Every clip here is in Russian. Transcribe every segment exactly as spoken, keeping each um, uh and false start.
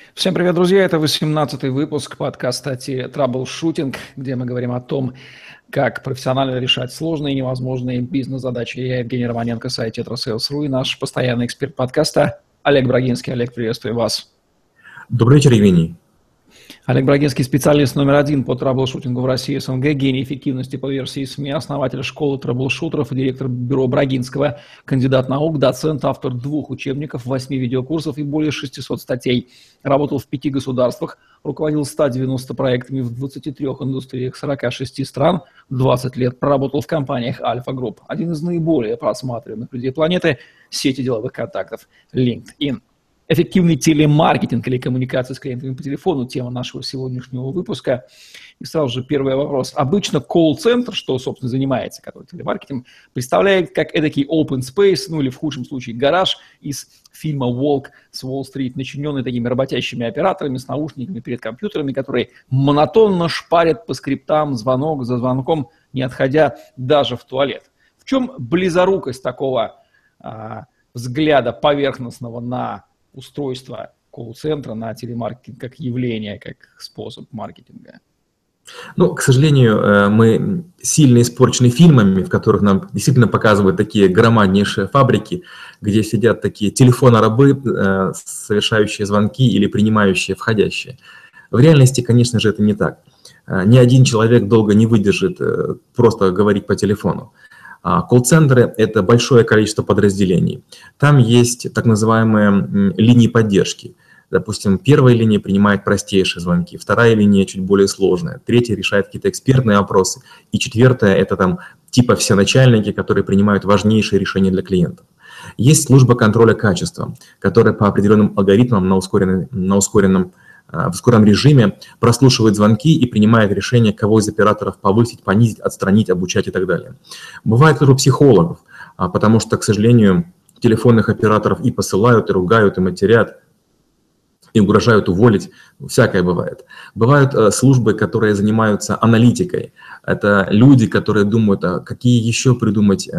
Всем привет, друзья! Это восемнадцатый выпуск подкаста «Траблшутинг», где мы говорим о том, как профессионально решать сложные и невозможные бизнес-задачи. Я Евгений Романенко, сайт тетрасейлс точка ру, и наш постоянный эксперт подкаста Олег Брагинский. Олег, приветствую вас. Добрый вечер, Евгений. Олег Брагинский – специалист номер один по траблшутингу в России и СНГ, гений эффективности по версии СМИ, основатель школы траблшутеров и директор бюро Брагинского, кандидат наук, доцент, автор двух учебников, восьми видеокурсов и более шестисот статей. Работал в пяти государствах, руководил ста девяноста проектами в двадцати трёх индустриях сорока шести стран, двадцать лет проработал в компаниях Альфа Групп, один из наиболее просматриваемых людей планеты, сети деловых контактов LinkedIn. Эффективный телемаркетинг или коммуникация с клиентами по телефону – тема нашего сегодняшнего выпуска. И сразу же первый вопрос. Обычно колл-центр, что, собственно, занимается который телемаркетингом, представляет как эдакий open space, ну или в худшем случае гараж из фильма «Волк с Уолл-стрит», начиненный такими работящими операторами с наушниками перед компьютерами, которые монотонно шпарят по скриптам звонок за звонком, не отходя даже в туалет. В чем близорукость такого а, взгляда поверхностного на устройство колл-центра, на телемаркетинг как явление, как способ маркетинга? Ну, к сожалению, мы сильно испорчены фильмами, в которых нам действительно показывают такие громаднейшие фабрики, где сидят такие телефонорабы, совершающие звонки или принимающие входящие. В реальности, конечно же, это не так. Ни один человек долго не выдержит просто говорить по телефону. Колл-центры – это большое количество подразделений. Там есть так называемые линии поддержки. Допустим, первая линия принимает простейшие звонки, вторая линия чуть более сложная, третья решает какие-то экспертные вопросы, и четвертая – это там типа все начальники, которые принимают важнейшие решения для клиентов. Есть служба контроля качества, которая по определенным алгоритмам на ускоренном, на ускоренном в ускоренном режиме прослушивает звонки и принимает решение, кого из операторов повысить, понизить, отстранить, обучать и так далее. Бывает тоже психологов, потому что, к сожалению, телефонных операторов и посылают, и ругают, и матерят, и угрожают уволить. Всякое бывает. Бывают службы, которые занимаются аналитикой. Это люди, которые думают, а какие еще придумать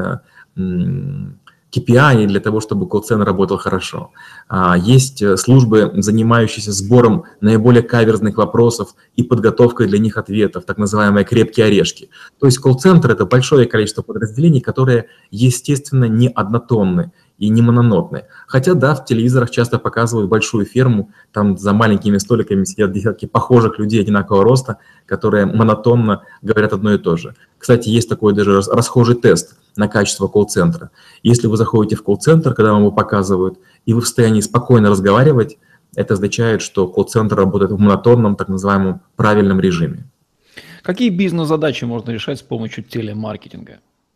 кей пи ай для того, чтобы колл-центр работал хорошо. Есть службы, занимающиеся сбором наиболее каверзных вопросов и подготовкой для них ответов, так называемые крепкие орешки. То есть колл-центр – это большое количество подразделений, которые, естественно, не однотонны и не мононотны. Хотя, да, в телевизорах часто показывают большую ферму, там за маленькими столиками сидят десятки похожих людей одинакового роста, которые монотонно говорят одно и то же. Кстати, есть такой даже расхожий тест на качество колл-центра. Если вы заходите в колл-центр, когда вам его показывают, и вы в состоянии спокойно разговаривать, это означает, что колл-центр работает в монотонном, так называемом правильном режиме. Какие бизнес-задачи можно решать с помощью телемаркетинга?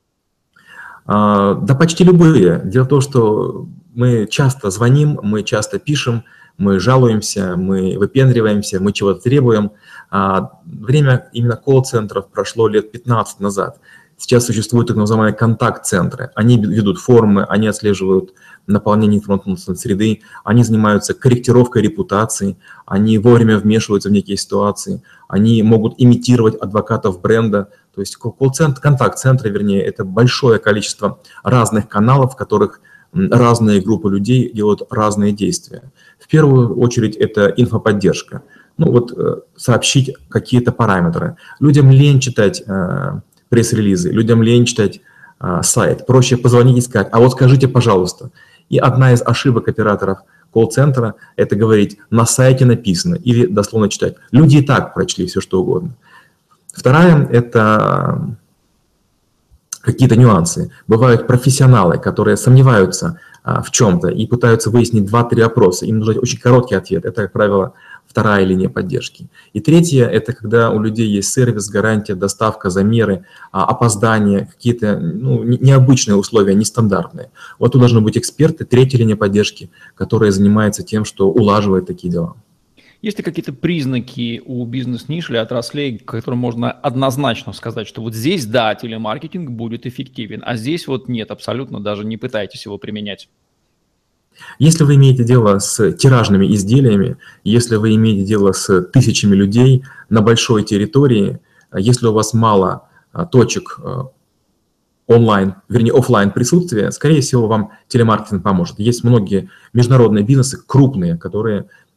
Да почти любые. Дело в том, что мы часто звоним, мы часто пишем, мы жалуемся, мы выпендриваемся, мы чего-то требуем. Время именно колл-центров прошло лет пятнадцать назад. Сейчас существуют так называемые контакт-центры. Они ведут форумы, они отслеживают наполнение информационной среды, они занимаются корректировкой репутации, они вовремя вмешиваются в некие ситуации, они могут имитировать адвокатов бренда. То есть колл-центр, контакт-центры, вернее, это большое количество разных каналов, в которых разные группы людей делают разные действия. В первую очередь это инфоподдержка. Ну вот сообщить какие-то параметры. Людям лень читать пресс-релизы, людям лень читать а, сайт. Проще позвонить и сказать, а вот скажите, пожалуйста. И одна из ошибок операторов колл-центра – это говорить, на сайте написано, или дословно читать. Люди и так прочли все, что угодно. Вторая – это какие-то нюансы. Бывают профессионалы, которые сомневаются а, в чем-то и пытаются выяснить два-три вопроса. Им нужен очень короткий ответ. Это, как правило, вторая линия поддержки. И третье – это когда у людей есть сервис, гарантия, доставка, замеры, опоздания, какие-то ну, необычные условия, нестандартные. Вот тут должны быть эксперты, третья линия поддержки, которая занимается тем, что улаживает такие дела. Есть ли какие-то признаки у бизнес-ниш или отраслей, которым можно однозначно сказать, что вот здесь, да, телемаркетинг будет эффективен, а здесь вот нет, абсолютно даже не пытайтесь его применять? Если вы имеете дело с тиражными изделиями, если вы имеете дело с тысячами людей на большой территории, если у вас мало точек онлайн, вернее офлайн присутствия, скорее всего, вам телемаркетинг поможет. Есть многие международные бизнесы, крупные, которые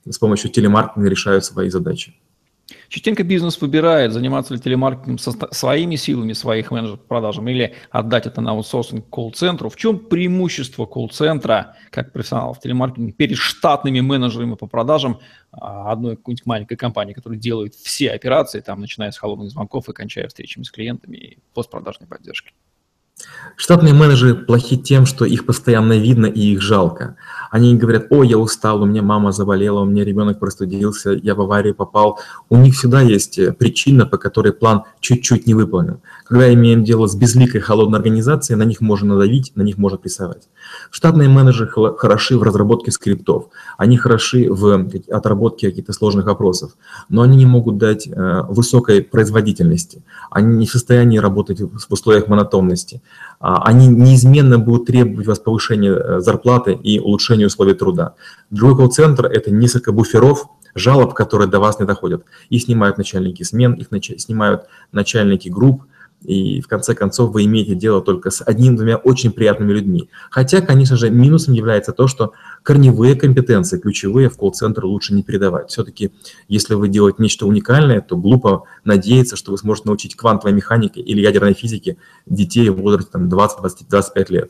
с помощью телемаркетинга решают свои задачи. Частенько бизнес выбирает, заниматься ли телемаркетингом со своими силами, своих менеджеров по продажам, или отдать это на аутсорсинг колл-центру. В чем преимущество колл-центра, как профессионалов в телемаркетинге, перед штатными менеджерами по продажам одной какой-нибудь маленькой компании, которая делает все операции, там, начиная с холодных звонков и кончая встречами с клиентами и постпродажной поддержки? Штатные менеджеры плохи тем, что их постоянно видно и их жалко. Они говорят: о, я устал, у меня мама заболела, у меня ребенок простудился, я в аварию попал. У них всегда есть причина, по которой план чуть-чуть не выполнен. Когда имеем дело с безликой холодной организацией, на них можно надавить, на них можно прессовать. Штатные менеджеры хороши в разработке скриптов, они хороши в отработке каких-то сложных вопросов, но они не могут дать высокой производительности, они не в состоянии работать в условиях монотонности. Они неизменно будут требовать у вас повышения зарплаты и улучшения условий труда. Другой колл-центр – это несколько буферов, жалоб, которые до вас не доходят. Их снимают начальники смен, их нач... снимают начальники групп, и в конце концов вы имеете дело только с одним-двумя очень приятными людьми. Хотя, конечно же, минусом является то, что корневые компетенции, ключевые, в колл-центр лучше не передавать. Все-таки, если вы делаете нечто уникальное, то глупо надеяться, что вы сможете научить квантовой механике или ядерной физике детей в возрасте двадцать-двадцать пять лет.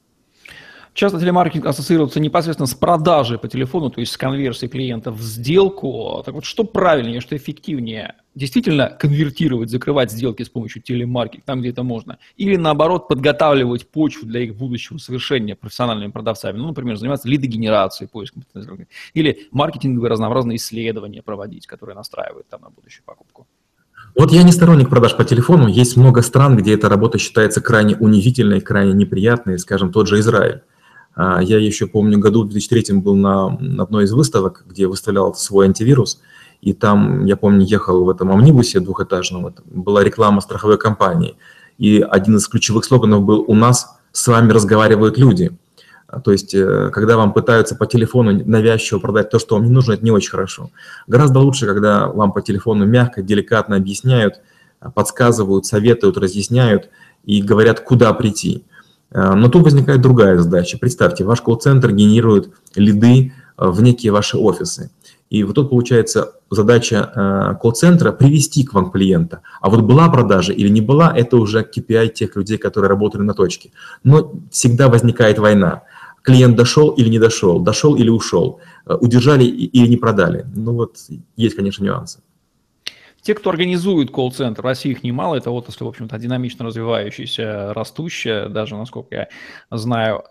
Часто телемаркетинг ассоциируется непосредственно с продажей по телефону, то есть с конверсией клиентов в сделку. Так вот, что правильнее, что эффективнее? Действительно конвертировать, закрывать сделки с помощью телемаркетинга, там, где это можно? Или, наоборот, подготавливать почву для их будущего совершения профессиональными продавцами? Ну, например, заниматься лидогенерацией, поиском. Или маркетинговые разнообразные исследования проводить, которые настраивают там на будущую покупку. Вот я не сторонник продаж по телефону. Есть много стран, где эта работа считается крайне унизительной, крайне неприятной, скажем, тот же Израиль. Я еще помню, году в две тысячи третьем был на одной из выставок, где выставлял свой антивирус, и там, я помню, ехал в этом амнибусе двухэтажном, была реклама страховой компании, и один из ключевых слоганов был: «У нас с вами разговаривают люди». То есть, когда вам пытаются по телефону навязчиво продать то, что вам не нужно, это не очень хорошо. Гораздо лучше, когда вам по телефону мягко, деликатно объясняют, подсказывают, советуют, разъясняют и говорят, куда прийти. Но тут возникает другая задача. Представьте, ваш колл-центр генерирует лиды в некие ваши офисы. И вот тут получается задача колл-центра привести к вам клиента. А вот была продажа или не была, это уже кей пи ай тех людей, которые работали на точке. Но всегда возникает война. Клиент дошел или не дошел, дошел или ушел, удержали или не продали. Ну вот есть, конечно, нюансы. Те, кто организует колл-центр, в России их немало, это отрасль, в общем-то, динамично развивающаяся, растущая, даже, насколько я знаю.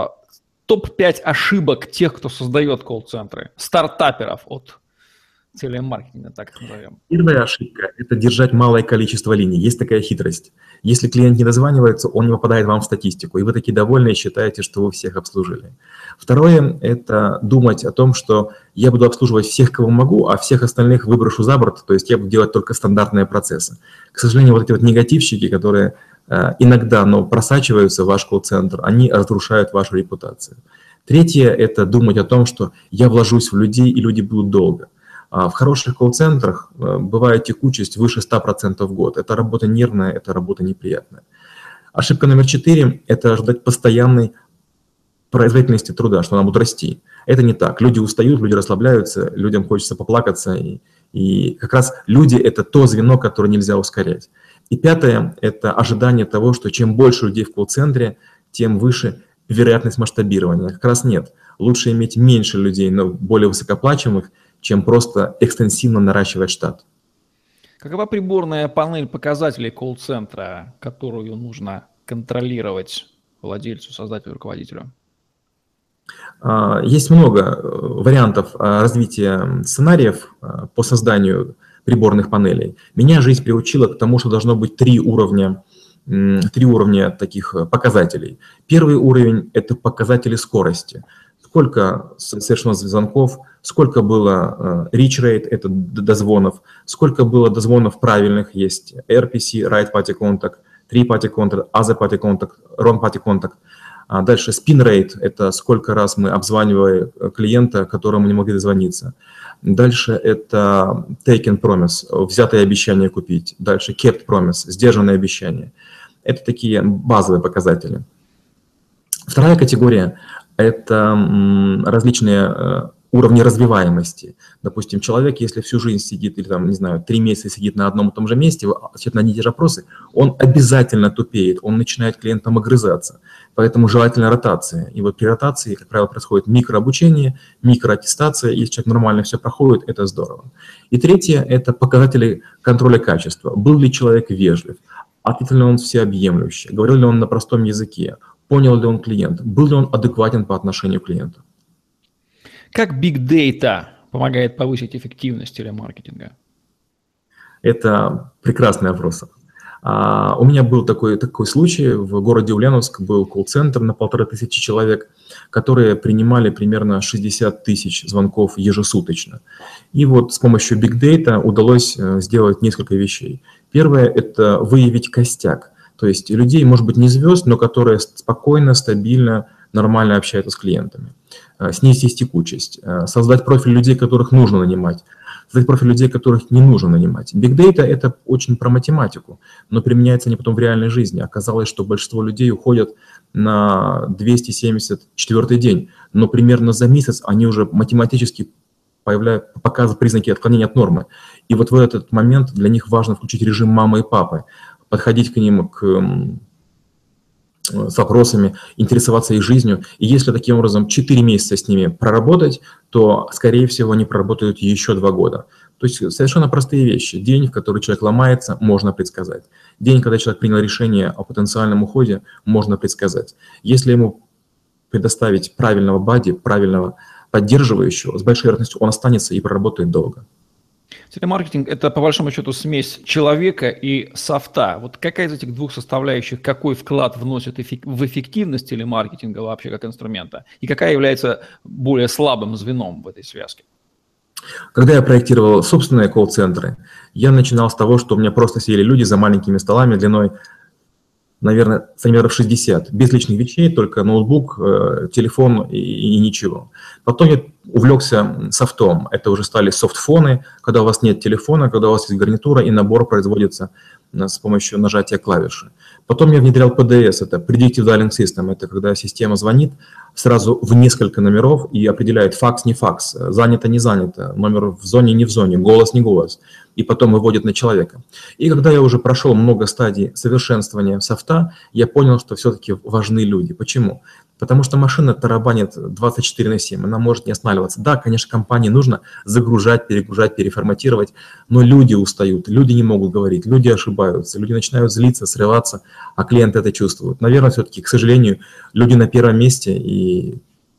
топ пять ошибок тех, кто создает колл-центры, стартаперов от телемаркетинга, так их назовем. Первая ошибка – это держать малое количество линий. Есть такая хитрость. Если клиент не дозванивается, он не попадает вам в статистику, и вы такие довольные считаете, что вы всех обслужили. Второе – это думать о том, что я буду обслуживать всех, кого могу, а всех остальных выброшу за борт, то есть я буду делать только стандартные процессы. К сожалению, вот эти вот негативщики, которые э, иногда, но просачиваются в ваш колл-центр, они разрушают вашу репутацию. Третье – это думать о том, что я вложусь в людей, и люди будут долго. В хороших колл-центрах бывает текучесть выше ста процентов в год. Это работа нервная, это работа неприятная. Ошибка номер четыре – это ждать постоянной производительности труда, что она будет расти. Это не так. Люди устают, люди расслабляются, людям хочется поплакаться. И, и как раз люди – это то звено, которое нельзя ускорять. И пятое – это ожидание того, что чем больше людей в колл-центре, тем выше вероятность масштабирования. Как раз нет. Лучше иметь меньше людей, но более высокоплачиваемых, чем просто экстенсивно наращивать штат. Какова приборная панель показателей колл-центра, которую нужно контролировать владельцу, создателю, руководителю? Есть много вариантов развития сценариев по созданию приборных панелей. Меня жизнь приучила к тому, что должно быть три уровня, три уровня таких показателей. Первый уровень – это показатели скорости. Сколько совершено звонков, сколько было reach rate, это дозвонов, сколько было дозвонов правильных, есть эр пи си, right party contact, three party contact, other party contact, wrong party contact. Дальше spin rate, это сколько раз мы обзванивали клиента, которому не могли дозвониться. Дальше это taken promise, взятое обещание купить. Дальше kept promise, сдержанное обещание. Это такие базовые показатели. Вторая категория – это различные уровне развиваемости. Допустим, человек, если всю жизнь сидит, или там, не знаю, три месяца сидит на одном и том же месте, отвечает на одни и те же вопросы, он обязательно тупеет, он начинает клиентам огрызаться. Поэтому желательно ротация. И вот при ротации, как правило, происходит микрообучение, микроаттестация. Если человек нормально все проходит, это здорово. И третье – это показатели контроля качества. Был ли человек вежлив? Ответил ли он всеобъемлюще? Говорил ли он на простом языке? Понял ли он клиента? Был ли он адекватен по отношению к клиенту? Как Big Data помогает повысить эффективность телемаркетинга? Это прекрасный вопрос. А, у меня был такой, такой случай. В городе Ульяновск был колл-центр на полторы тысячи человек, которые принимали примерно шестьдесят тысяч звонков ежесуточно. И вот с помощью Big Data удалось сделать несколько вещей. Первое – это выявить костяк. То есть людей, может быть, не звезд, но которые спокойно, стабильно, нормально общаются с клиентами. Снизить текучесть, создать профиль людей, которых нужно нанимать, создать профиль людей, которых не нужно нанимать. Big Data – это очень про математику, но применяется они потом в реальной жизни. Оказалось, что большинство людей уходят на двести семьдесят четвёртый день, но примерно за месяц они уже математически появляют, показывают признаки отклонения от нормы. И вот в этот момент для них важно включить режим мамы и папы, подходить к ним к... с вопросами, интересоваться их жизнью. И если таким образом четыре месяца с ними проработать, то, скорее всего, они проработают еще два года. То есть совершенно простые вещи. День, в который человек ломается, можно предсказать. День, когда человек принял решение о потенциальном уходе, можно предсказать. Если ему предоставить правильного бадди, правильного поддерживающего, с большой вероятностью он останется и проработает долго. Телемаркетинг – это, по большому счету, смесь человека и софта. Вот какая из этих двух составляющих, какой вклад вносит в эффективность телемаркетинга вообще как инструмента? И какая является более слабым звеном в этой связке? Когда я проектировал собственные колл-центры, я начинал с того, что у меня просто сидели люди за маленькими столами длиной, наверное, сантиметров шестьдесят, без личных вещей, только ноутбук, телефон и, и ничего. Потом я увлекся софтом. Это уже стали софтфоны, когда у вас нет телефона, когда у вас есть гарнитура, и набор производится с помощью нажатия клавиши. Потом я внедрял пи ди эс, это Predictive Dialing System, это когда система звонит сразу в несколько номеров и определяет факс, не факс, занято, не занято, номер в зоне, не в зоне, голос, не голос, и потом выводит на человека. И когда я уже прошел много стадий совершенствования софта, я понял, что все-таки важны люди. Почему? Потому что машина тарабанит двадцать четыре на семь, она может не останавливаться. Да, конечно, компании нужно загружать, перегружать, переформатировать, но люди устают, люди не могут говорить, люди ошибаются, люди начинают злиться, срываться, а клиенты это чувствуют. Наверное, все-таки, к сожалению, люди на первом месте, и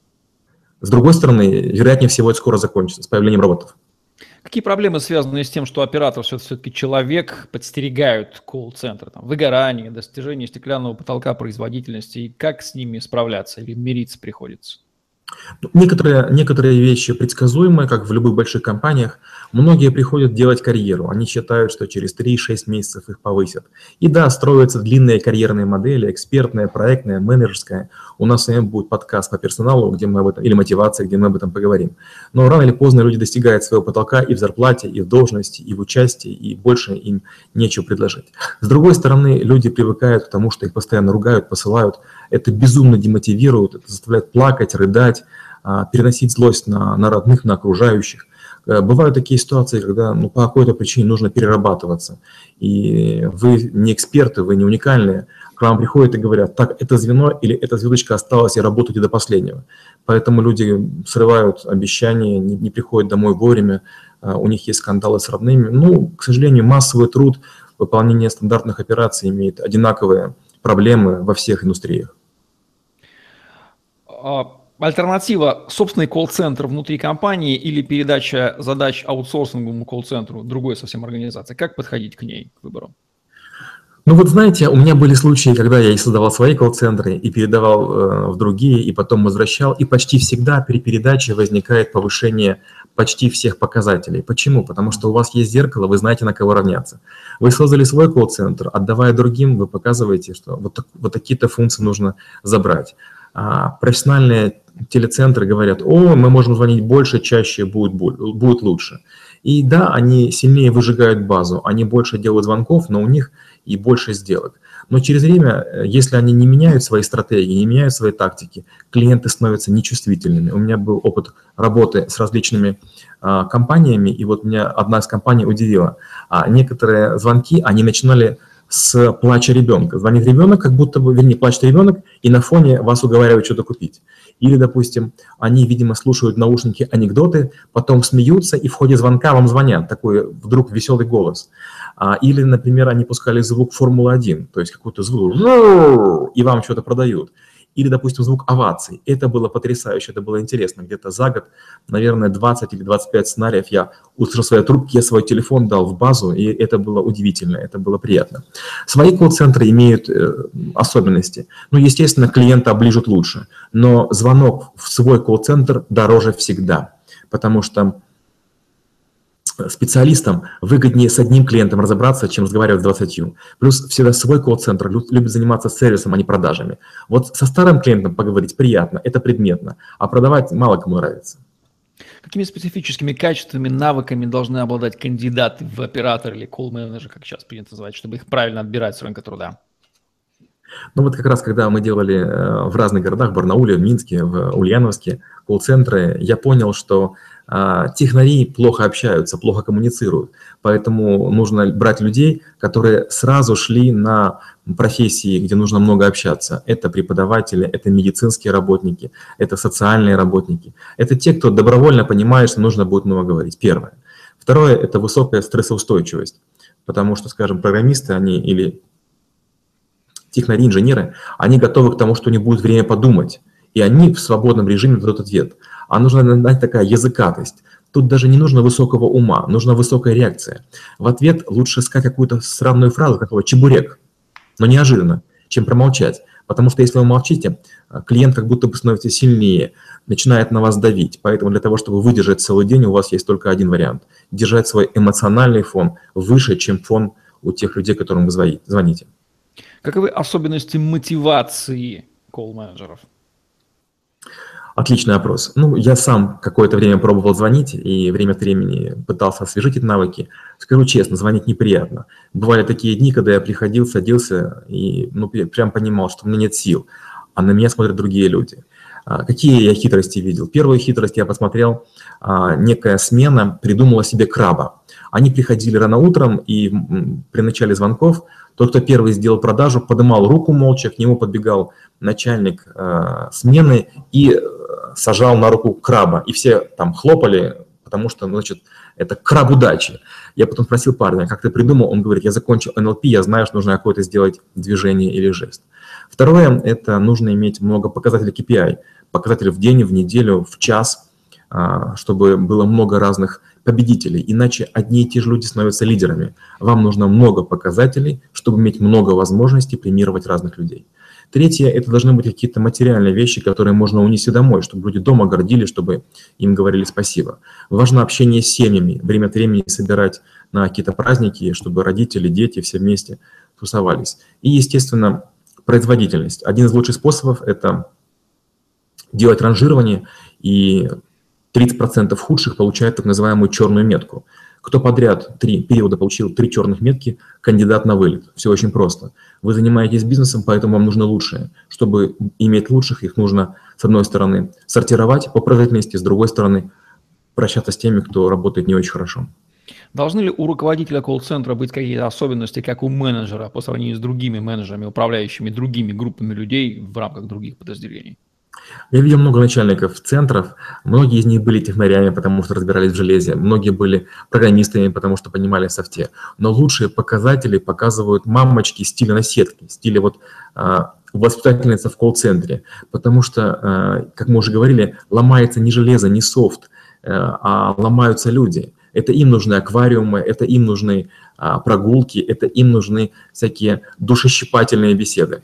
с другой стороны, вероятнее всего, это скоро закончится с появлением роботов. Какие проблемы связаны с тем, что оператор все-таки человек, подстерегают колл-центр? Там, выгорание, достижение стеклянного потолка производительности, и как с ними справляться или мириться приходится? Некоторые, некоторые вещи предсказуемые, как в любых больших компаниях. Многие приходят делать карьеру. Они считают, что через три-шесть месяцев их повысят. И да, строятся длинные карьерные модели, экспертная, проектная, менеджерская. У нас с вами будет подкаст по персоналу, где мы об этом, или мотивация, где мы об этом поговорим. Но рано или поздно люди достигают своего потолка и в зарплате, и в должности, и в участии, и больше им нечего предложить. С другой стороны, люди привыкают к тому, что их постоянно ругают, посылают. Это безумно демотивирует, это заставляет плакать, рыдать, переносить злость на, на родных, на окружающих. Бывают такие ситуации, когда ну, по какой-то причине нужно перерабатываться. И вы не эксперты, вы не уникальные. К вам приходят и говорят, так, это звено или эта звездочка осталась, и работайте до последнего. Поэтому люди срывают обещания, не, не приходят домой вовремя, у них есть скандалы с родными. Ну, к сожалению, массовый труд, выполнение стандартных операций имеет одинаковые проблемы во всех индустриях. Альтернатива – собственный колл-центр внутри компании или передача задач аутсорсинговому колл-центру другой совсем организации. Как подходить к ней, к выбору? Ну вот знаете, у меня были случаи, когда я и создавал свои колл-центры, и передавал э, в другие, и потом возвращал, и почти всегда при передаче возникает повышение почти всех показателей. Почему? Потому что у вас есть зеркало, вы знаете, на кого равняться. Вы создали свой колл-центр, отдавая другим, вы показываете, что вот, так, вот такие-то функции нужно забрать. А профессиональные телецентры говорят, о, мы можем звонить больше, чаще, будет, будет лучше. И да, они сильнее выжигают базу, они больше делают звонков, но у них и больше сделок. Но через время, если они не меняют свои стратегии, не меняют свои тактики, клиенты становятся нечувствительными. У меня был опыт работы с различными а, компаниями, и вот меня одна из компаний удивила. А некоторые звонки, они начинали с плача ребенка. Звонит ребенок, как будто бы, вернее, плачет ребенок, и на фоне вас уговаривают что-то купить. Или, допустим, они, видимо, слушают в наушники анекдоты, потом смеются, и в ходе звонка вам звонят, такой вдруг веселый голос. Или, например, они пускали звук Формулы один, то есть какой-то звук, и вам что-то продают. Или, допустим, звук оваций. Это было потрясающе, это было интересно. Где-то за год, наверное, двадцать или двадцать пять сценариев я услышал свои трубки, я свой телефон дал в базу, и это было удивительно, это было приятно. Свои колл-центры имеют э, особенности. Ну, естественно, клиента оближут лучше, но звонок в свой колл-центр дороже всегда, потому что специалистам выгоднее с одним клиентом разобраться, чем разговаривать с двадцатью. Плюс всегда свой колл-центр любит заниматься сервисом, а не продажами. Вот со старым клиентом поговорить приятно, это предметно, а продавать мало кому нравится. Какими специфическими качествами, навыками должны обладать кандидаты в оператор или колл-менеджер, как сейчас принято называть, чтобы их правильно отбирать с рынка труда? Ну вот как раз, когда мы делали в разных городах, в Барнауле, в Минске, в Ульяновске, колл-центры, я понял, что а, технари плохо общаются, плохо коммуницируют. Поэтому нужно брать людей, которые сразу шли на профессии, где нужно много общаться. Это преподаватели, это медицинские работники, это социальные работники. Это те, кто добровольно понимает, что нужно будет много говорить. Первое. Второе – это высокая стрессоустойчивость. Потому что, скажем, программисты, они или технари, инженеры, они готовы к тому, что у них будет время подумать, и они в свободном режиме дадут ответ. А нужна знать такая языкатость. Тут даже не нужно высокого ума, нужна высокая реакция. В ответ лучше сказать какую-то странную фразу, какого чебурек, но неожиданно, чем промолчать. Потому что если вы молчите, клиент как будто бы становится сильнее, начинает на вас давить. Поэтому для того, чтобы выдержать целый день, у вас есть только один вариант. Держать свой эмоциональный фон выше, чем фон у тех людей, которым вы звоните. Каковы особенности мотивации колл-менеджеров? Отличный вопрос. Ну, я сам какое-то время пробовал звонить и время от времени пытался освежить эти навыки. Скажу честно, звонить неприятно. Бывали такие дни, когда я приходил, садился и ну, прям понимал, что у меня нет сил, а на меня смотрят другие люди. Какие я хитрости видел? Первую хитрость я посмотрел, некая смена придумала себе краба. Они приходили рано утром, и при начале звонков тот, кто первый сделал продажу, поднимал руку молча, к нему подбегал начальник э, смены и сажал на руку краба. И все там хлопали, потому что, значит, это краб удачи. Я потом спросил парня, как ты придумал? Он говорит, я закончил эн эл пи, я знаю, что нужно какое-то сделать движение или жест. Второе, это нужно иметь много показателей кей пи ай, показателей в день, в неделю, в час, э, чтобы было много разных победителей, иначе одни и те же люди становятся лидерами. Вам нужно много показателей, чтобы иметь много возможностей премировать разных людей. Третье, это должны быть какие-то материальные вещи, которые можно унести домой, чтобы люди дома гордились, чтобы им говорили спасибо. Важно общение с семьями, время от времени собирать на какие-то праздники, чтобы родители, дети все вместе тусовались. И, естественно, производительность. Один из лучших способов – это делать ранжирование, и тридцать процентов худших получают так называемую черную метку. Кто подряд три периода получил три черных метки, кандидат на вылет. Все очень просто. Вы занимаетесь бизнесом, поэтому вам нужно лучшее. Чтобы иметь лучших, их нужно, с одной стороны, сортировать по производительности, с другой стороны, прощаться с теми, кто работает не очень хорошо. Должны ли у руководителя колл-центра быть какие-то особенности, как у менеджера, по сравнению с другими менеджерами, управляющими другими группами людей в рамках других подразделений? Я видел много начальников центров, многие из них были технарями, потому что разбирались в железе, многие были программистами, потому что понимали в софте. Но лучшие показатели показывают мамочки стиля наседки, стиля вот а, воспитательница в колл-центре, потому что, а, как мы уже говорили, ломается не железо, не софт, а, а ломаются люди. Это им нужны аквариумы, это им нужны а, прогулки, это им нужны всякие душещипательные беседы.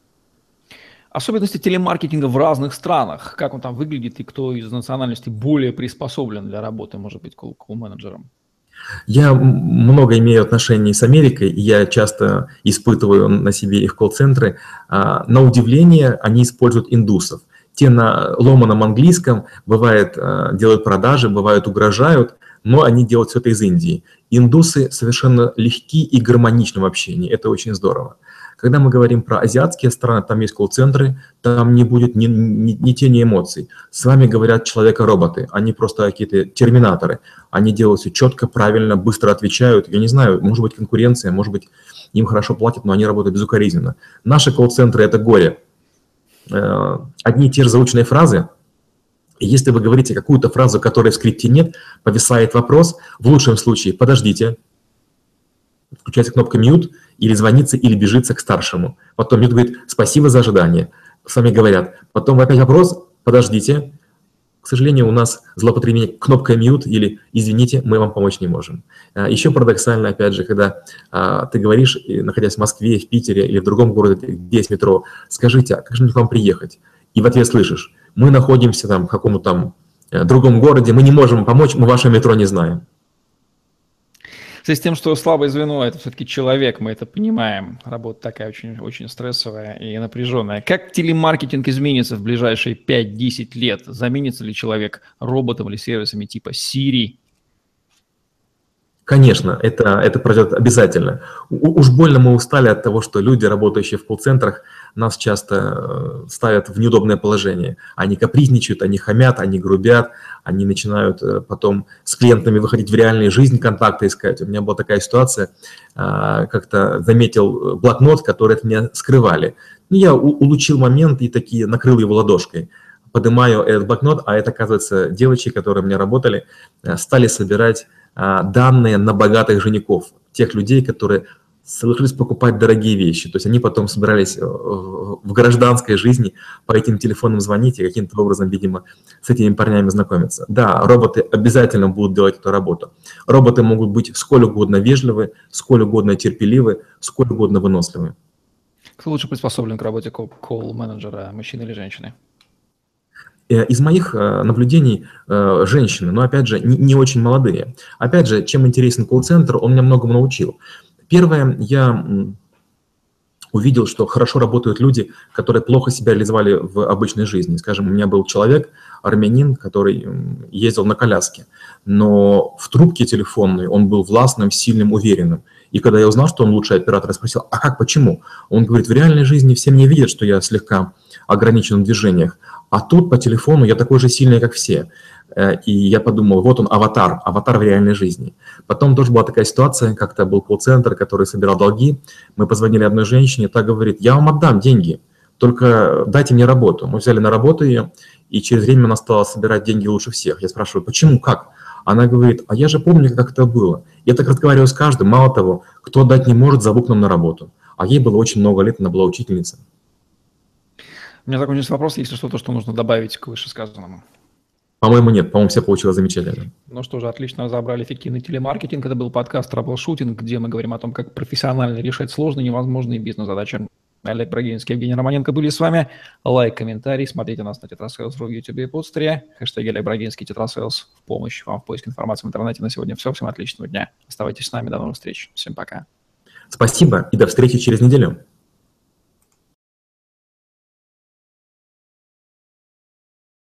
Особенности телемаркетинга в разных странах. Как он там выглядит и кто из национальностей более приспособлен для работы, может быть, колл-менеджером? Я много имею отношений с Америкой, и я часто испытываю на себе их колл-центры. На удивление, они используют индусов. Те на ломаном английском, бывает, делают продажи, бывают, угрожают, но они делают все это из Индии. Индусы совершенно легки и гармоничны в общении, это очень здорово. Когда мы говорим про азиатские страны, там есть колл-центры, там не будет ни, ни, ни тени эмоций. С вами говорят человека-роботы, они просто какие-то терминаторы. Они делают все четко, правильно, быстро отвечают. Я не знаю, может быть конкуренция, может быть им хорошо платят, но они работают безукоризненно. Наши колл-центры – это горе. Одни и те же заученные фразы. И если вы говорите какую-то фразу, которой в скрипте нет, повисает вопрос, в лучшем случае подождите, включается кнопка mute, или звонится, или бежится к старшему. Потом mute говорит спасибо за ожидание. С вами говорят. Потом опять вопрос, подождите. К сожалению, у нас злоупотребление кнопкой mute или извините, мы вам помочь не можем. Еще парадоксально, опять же, когда а, ты говоришь, находясь в Москве, в Питере или в другом городе, где есть метро, скажите, а как же мне к вам приехать? И в ответ слышишь, мы находимся там в каком-то там другом городе, мы не можем помочь, мы ваше метро не знаем. В связи с тем, что слабое звено – это все-таки человек, мы это понимаем. Работа такая очень, очень стрессовая и напряженная. Как телемаркетинг изменится в ближайшие пять-десять лет? Заменится ли человек роботом или сервисами типа Siri? Конечно, это, это произойдет обязательно. У, уж больно мы устали от того, что люди, работающие в колл-центрах, нас часто ставят в неудобное положение. Они капризничают, они хамят, они грубят, они начинают потом с клиентами выходить в реальную жизнь, контакты искать. У меня была такая ситуация, как-то заметил блокнот, который от меня скрывали. Ну, я улучил момент и таки накрыл его ладошкой. Поднимаю этот блокнот, а это, оказывается, девочки, которые у меня работали, стали собирать данные на богатых женихов, тех людей, которые соглашались покупать дорогие вещи. То есть они потом собирались в гражданской жизни по этим телефонам звонить и каким-то образом, видимо, с этими парнями знакомиться. Да, роботы обязательно будут делать эту работу. Роботы могут быть сколь угодно вежливы, сколь угодно терпеливы, сколь угодно выносливы. Кто лучше приспособлен к работе колл-менеджера, мужчины или женщины? Из моих наблюдений женщины, но, опять же, не, не очень молодые. Опять же, чем интересен колл-центр, он меня многому научил. Первое, я увидел, что хорошо работают люди, которые плохо себя реализовали в обычной жизни. Скажем, у меня был человек, армянин, который ездил на коляске, но в трубке телефонной он был властным, сильным, уверенным. И когда я узнал, что он лучший оператор, я спросил, а как, почему? Он говорит, в реальной жизни все меня видят, что я слегка ограничен в движениях, а тут по телефону я такой же сильный, как все. И я подумал, вот он, аватар, аватар в реальной жизни. Потом тоже была такая ситуация, как-то был колл-центр, который собирал долги. Мы позвонили одной женщине, та говорит, я вам отдам деньги, только дайте мне работу. Мы взяли на работу ее, и через время она стала собирать деньги лучше всех. Я спрашиваю, почему, как? Она говорит, а я же помню, как это было. Я так разговариваю с каждым, мало того, кто отдать не может, зовут к нам на работу. А ей было очень много лет, она была учительница. У меня закончился вопрос, есть ли что-то, что нужно добавить к вышесказанному? По-моему, нет. По-моему, все получилось замечательно. Ну что же, отлично разобрали эффективный телемаркетинг. Это был подкаст «Траблшутинг», где мы говорим о том, как профессионально решать сложные, невозможные бизнес-задачи. Олег Брагинский, Евгений Романенко были с вами. Лайк, комментарий. Смотрите нас на Тетрасейлс в Ютубе и подстере. Хэштег Олег Брагинский, Тетрасейлс в помощь вам в поиске информации в интернете. На сегодня все. Всем отличного дня. Оставайтесь с нами. До новых встреч. Всем пока. Спасибо и до встречи через неделю.